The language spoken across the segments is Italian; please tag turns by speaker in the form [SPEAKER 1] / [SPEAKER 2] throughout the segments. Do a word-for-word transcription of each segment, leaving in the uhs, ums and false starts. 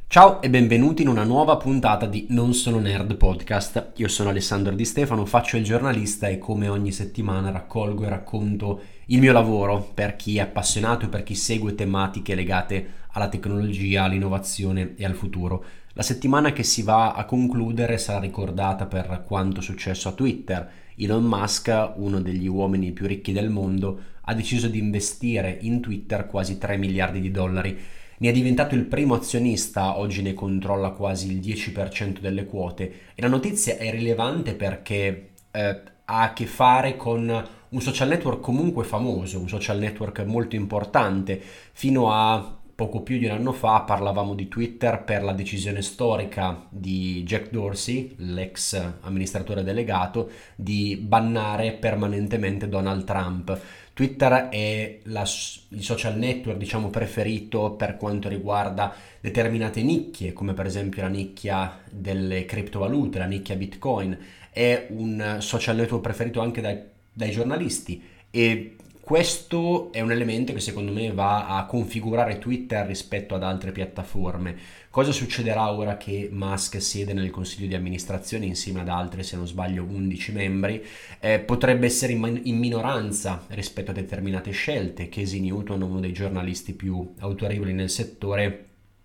[SPEAKER 1] Ciao e benvenuti in una nuova puntata di Non sono nerd podcast. Io sono Alessandro Di Stefano, faccio il giornalista e come ogni settimana raccolgo e racconto il mio lavoro per chi è appassionato e per chi segue tematiche legate alla tecnologia, all'innovazione e al futuro. La settimana che si va a concludere sarà ricordata per quanto successo a Twitter. Elon Musk, uno degli uomini più ricchi del mondo, ha deciso di investire in Twitter quasi tre miliardi di dollari. Ne è diventato il primo azionista, oggi ne controlla quasi il dieci per cento delle quote e la notizia è rilevante perché eh, ha a che fare con un social network comunque famoso, un social network molto importante. Fino a poco più di un anno fa parlavamo di Twitter per la decisione storica di Jack Dorsey, l'ex amministratore delegato, di bannare permanentemente Donald Trump. Twitter è la, il social network, diciamo, preferito per quanto riguarda determinate nicchie, come per esempio la nicchia delle criptovalute, la nicchia Bitcoin. È un social network preferito anche dai, dai giornalisti e questo è un elemento che secondo me va a configurare Twitter rispetto ad altre piattaforme. Cosa succederà ora che Musk siede nel consiglio di amministrazione insieme ad altri, se non sbaglio, undici membri? Eh, potrebbe essere in, in minoranza rispetto a determinate scelte. Casey Newton, uno dei giornalisti più autorevoli nel settore,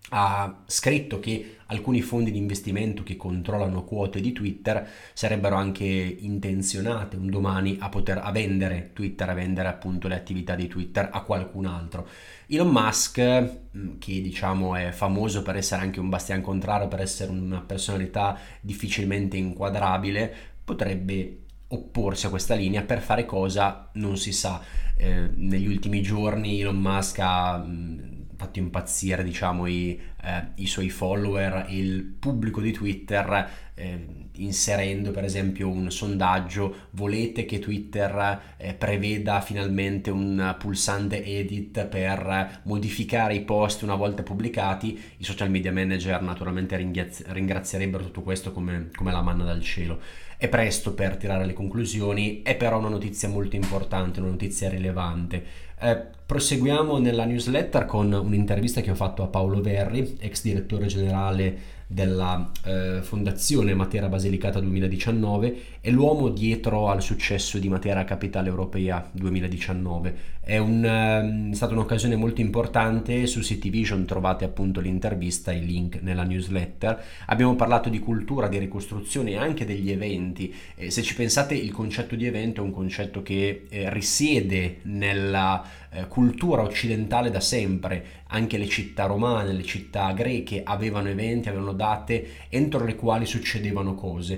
[SPEAKER 1] ha scritto che alcuni fondi di investimento che controllano quote di Twitter sarebbero anche intenzionate un domani a poter a vendere Twitter, a vendere appunto le attività di Twitter a qualcun altro. Elon Musk, che diciamo è famoso per essere anche un bastian contrario, per essere una personalità difficilmente inquadrabile, potrebbe opporsi a questa linea. Per fare cosa non si sa. Eh, negli ultimi giorni Elon Musk ha mh, fatto impazzire, diciamo, i, eh, i suoi follower, il pubblico di Twitter, eh, inserendo per esempio un sondaggio: volete che Twitter eh, preveda finalmente un pulsante edit per modificare i post una volta pubblicati? I social media manager naturalmente ringrazi- ringrazierebbero tutto questo come, come la manna dal cielo. È presto per tirare le conclusioni, è però una notizia molto importante, una notizia rilevante. Eh, proseguiamo nella newsletter con un'intervista che ho fatto a Paolo Verri, ex direttore generale della eh, Fondazione Matera Basilicata duemiladiciannove e l'uomo dietro al successo di Matera Capitale Europea duemiladiciannove. È, un, eh, è stata un'occasione molto importante. Su City Vision trovate appunto l'intervista e il link nella newsletter. Abbiamo parlato di cultura, di ricostruzione e anche degli eventi. Eh, se ci pensate, il concetto di evento è un concetto che eh, risiede nella eh, cultura occidentale da sempre. Anche le città romane, le città greche avevano eventi, avevano date entro le quali succedevano cose,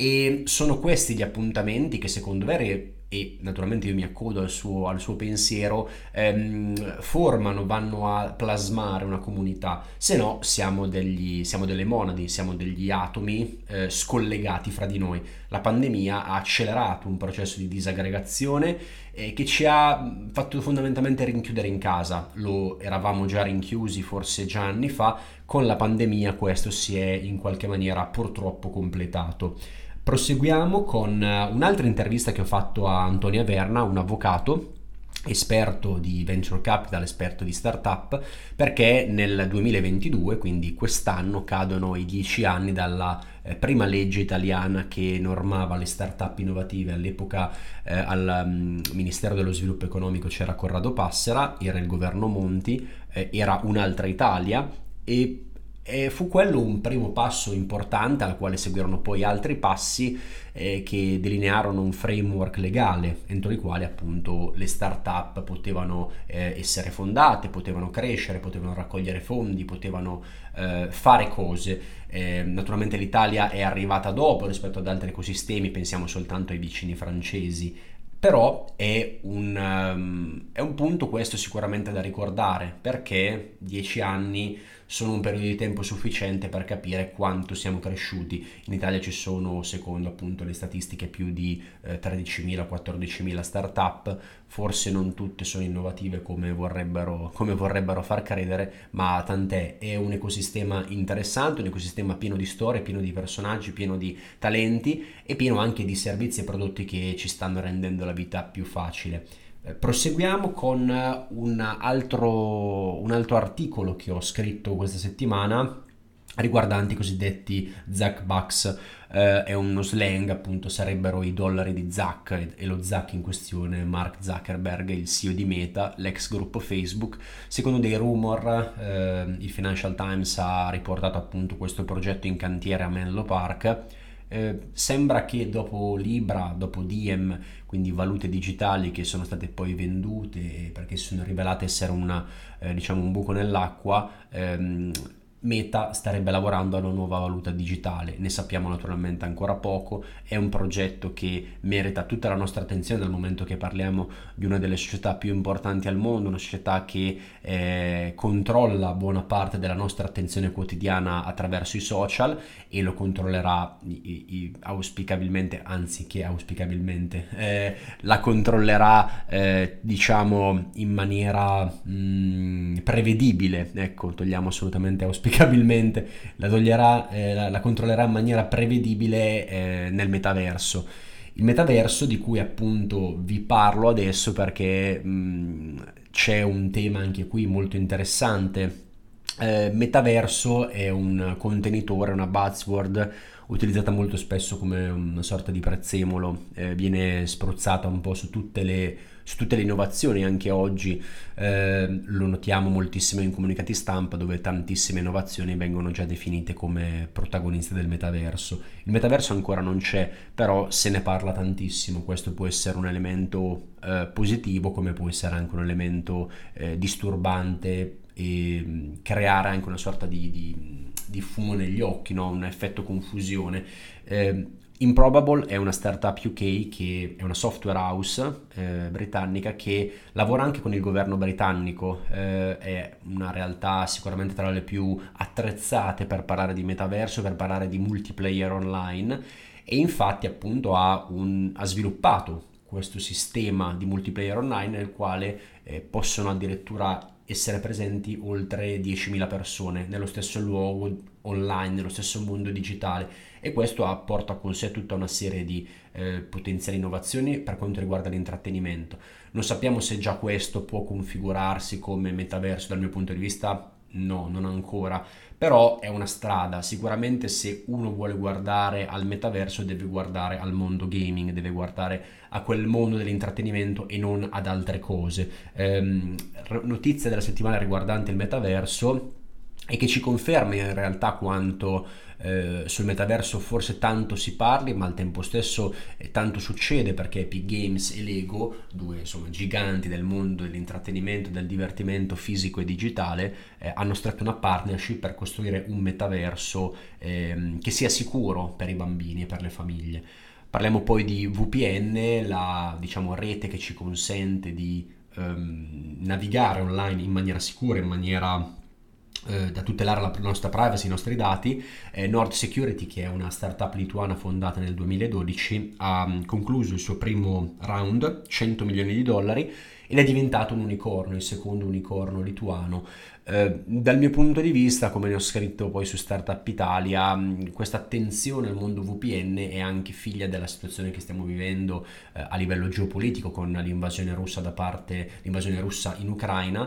[SPEAKER 1] e sono questi gli appuntamenti che secondo me, e naturalmente io mi accodo al suo, al suo pensiero, ehm, formano, vanno a plasmare una comunità. Se no siamo, degli, siamo delle monadi, siamo degli atomi eh, scollegati fra di noi. La pandemia ha accelerato un processo di disaggregazione eh, che ci ha fatto fondamentalmente rinchiudere in casa. Lo eravamo già rinchiusi forse già anni fa. Con la pandemia questo si è in qualche maniera purtroppo completato. Proseguiamo con un'altra intervista che ho fatto a Antonia Verna, un avvocato esperto di venture capital, esperto di startup, perché nel duemilaventidue, quindi quest'anno, cadono i dieci anni dalla eh, prima legge italiana che normava le startup innovative. All'epoca eh, al um, Ministero dello Sviluppo Economico c'era Corrado Passera, era il governo Monti, eh, era un'altra Italia, e E fu quello un primo passo importante al quale seguirono poi altri passi eh, che delinearono un framework legale entro i quali appunto le start-up potevano eh, essere fondate, potevano crescere, potevano raccogliere fondi, potevano eh, fare cose. Eh, naturalmente l'Italia è arrivata dopo rispetto ad altri ecosistemi, pensiamo soltanto ai vicini francesi. Però è un, um, è un punto questo sicuramente da ricordare, perché dieci anni sono un periodo di tempo sufficiente per capire quanto siamo cresciuti. In Italia ci sono, secondo appunto le statistiche, più di eh, tredicimila quattordicimila startup. Forse non tutte sono innovative come vorrebbero, come vorrebbero far credere, ma tant'è. È un ecosistema interessante, un ecosistema pieno di storie, pieno di personaggi, pieno di talenti e pieno anche di servizi e prodotti che ci stanno rendendo la vita più facile. Eh, proseguiamo con un altro, un altro articolo che ho scritto questa settimana riguardanti i cosiddetti Zuck Bucks. Eh, è uno slang, appunto, sarebbero i dollari di Zuck, e, e lo Zuck in questione, Mark Zuckerberg, il C E O di Meta, l'ex gruppo Facebook. Secondo dei rumor, eh, il Financial Times ha riportato appunto questo progetto in cantiere a Menlo Park. Eh, sembra che dopo Libra, dopo Diem, quindi valute digitali che sono state poi vendute perché si sono rivelate essere una, eh, diciamo un buco nell'acqua, ehm, Meta starebbe lavorando a una nuova valuta digitale. Ne sappiamo naturalmente ancora poco, è un progetto che merita tutta la nostra attenzione dal momento che parliamo di una delle società più importanti al mondo, una società che eh, controlla buona parte della nostra attenzione quotidiana attraverso i social, e lo controllerà i, i, auspicabilmente, anzi che auspicabilmente, eh, la controllerà eh, diciamo in maniera mh, prevedibile, ecco, togliamo assolutamente auspicabilmente, la, toglierà, eh, la, la controllerà in maniera prevedibile eh, nel metaverso. Il metaverso di cui appunto vi parlo adesso perché mh, c'è un tema anche qui molto interessante. Eh, metaverso è un contenitore, una buzzword utilizzata molto spesso come una sorta di prezzemolo, eh, viene spruzzata un po' su tutte le, su tutte le innovazioni anche oggi. Eh, lo notiamo moltissimo in comunicati stampa dove tantissime innovazioni vengono già definite come protagoniste del metaverso. Il metaverso ancora non c'è, però se ne parla tantissimo. Questo può essere un elemento eh, positivo, come può essere anche un elemento eh, disturbante, e creare anche una sorta di, di, di fumo negli occhi, no? Un effetto confusione. Eh, Improbable è una startup U K, che è una software house eh, britannica che lavora anche con il governo britannico, eh, è una realtà sicuramente tra le più attrezzate per parlare di metaverso, per parlare di multiplayer online, e infatti appunto ha, un, ha sviluppato questo sistema di multiplayer online nel quale eh, possono addirittura essere presenti oltre diecimila persone nello stesso luogo online, nello stesso mondo digitale, e questo porta con sé tutta una serie di eh, potenziali innovazioni per quanto riguarda l'intrattenimento. Non sappiamo se già questo può configurarsi come metaverso dal mio punto di vista. No, non ancora, però è una strada. Sicuramente se uno vuole guardare al metaverso deve guardare al mondo gaming, deve guardare a quel mondo dell'intrattenimento e non ad altre cose. Ehm, notizia della settimana riguardante il metaverso e che ci conferma in realtà quanto eh, sul metaverso forse tanto si parli, ma al tempo stesso eh, tanto succede, perché Epic Games e Lego, due insomma giganti del mondo dell'intrattenimento, del divertimento fisico e digitale, eh, hanno stretto una partnership per costruire un metaverso eh, che sia sicuro per i bambini e per le famiglie. Parliamo poi di V P N, la diciamo rete che ci consente di ehm, navigare online in maniera sicura, in maniera eh, da tutelare la nostra privacy, i nostri dati. eh, Nord Security, che è una startup lituana fondata nel duemiladodici, ha um, concluso il suo primo round, cento milioni di dollari, ed è diventato un unicorno, il secondo unicorno lituano. Eh, dal mio punto di vista, come ne ho scritto poi su Startup Italia, questa attenzione al mondo V P N è anche figlia della situazione che stiamo vivendo eh, a livello geopolitico, con l'invasione russa da parte l'invasione russa in Ucraina,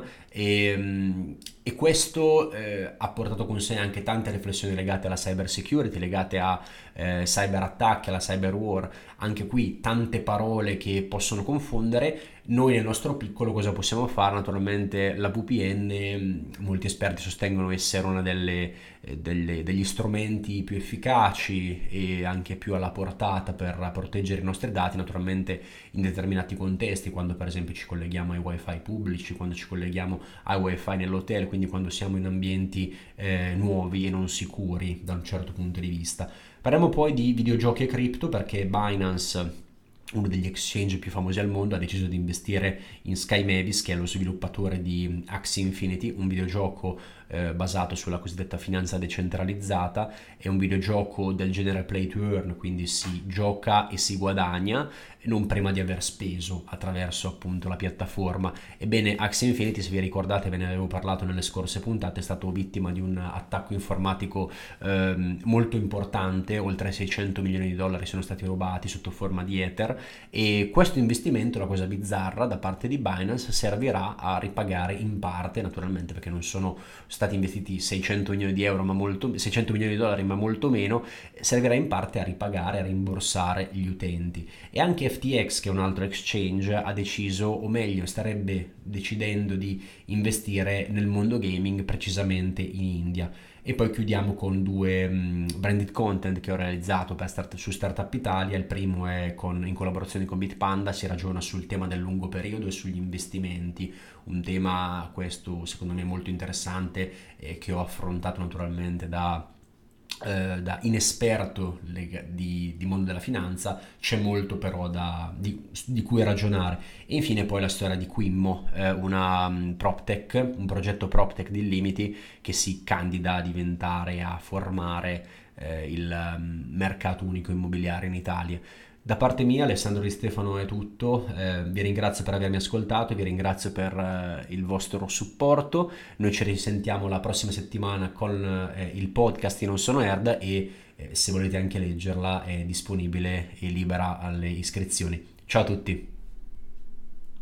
[SPEAKER 1] e, e questo eh, ha portato con sé anche tante riflessioni legate alla cyber security, legate a eh, cyber attacchi, alla cyber war. Anche qui tante parole che possono confondere. Noi nel nostro piccolo cosa possiamo fare? Naturalmente la V P N, molti esperti sostengono essere una delle, delle, degli strumenti più efficaci e anche più alla portata per proteggere i nostri dati, naturalmente in determinati contesti, quando per esempio ci colleghiamo ai wifi pubblici, quando ci colleghiamo ai wifi nell'hotel, quindi quando siamo in ambienti eh, nuovi e non sicuri da un certo punto di vista. Parliamo poi di videogiochi e cripto, perché Binance, uno degli exchange più famosi al mondo, ha deciso di investire in Sky Mavis, che è lo sviluppatore di Axie Infinity, un videogioco eh, basato sulla cosiddetta finanza decentralizzata. È un videogioco del genere play to earn, quindi si gioca e si guadagna non prima di aver speso attraverso appunto la piattaforma. Ebbene, Axie Infinity, se vi ricordate, ve ne avevo parlato nelle scorse puntate, è stato vittima di un attacco informatico ehm, molto importante. Oltre seicento milioni di dollari sono stati rubati sotto forma di Ether, e questo investimento, la cosa bizzarra, da parte di Binance servirà a ripagare in parte, naturalmente perché non sono stati investiti seicento milioni di euro, ma molto, seicento milioni di dollari, ma molto meno, servirà in parte a ripagare, a rimborsare gli utenti. E anche F T X, che è un altro exchange, ha deciso, o meglio, starebbe decidendo di investire nel mondo gaming, precisamente in India. E poi chiudiamo con due um, branded content che ho realizzato per start- su Startup Italia. Il primo è con, in collaborazione con Bitpanda, si ragiona sul tema del lungo periodo e sugli investimenti, un tema questo secondo me molto interessante e che ho affrontato naturalmente da eh, da inesperto di, di mondo della finanza. C'è molto però da, di, di cui ragionare. E infine poi la storia di Quimmo, eh, una um, PropTech, un progetto PropTech di Illimity che si candida a diventare, a formare eh, il um, mercato unico immobiliare in Italia. Da parte mia, Alessandro Di Stefano, è tutto. Eh, vi ringrazio per avermi ascoltato, vi ringrazio per eh, il vostro supporto. Noi ci risentiamo la prossima settimana con eh, il podcast Io non sono Nerd e eh, se volete anche leggerla è disponibile e libera alle iscrizioni. Ciao a tutti!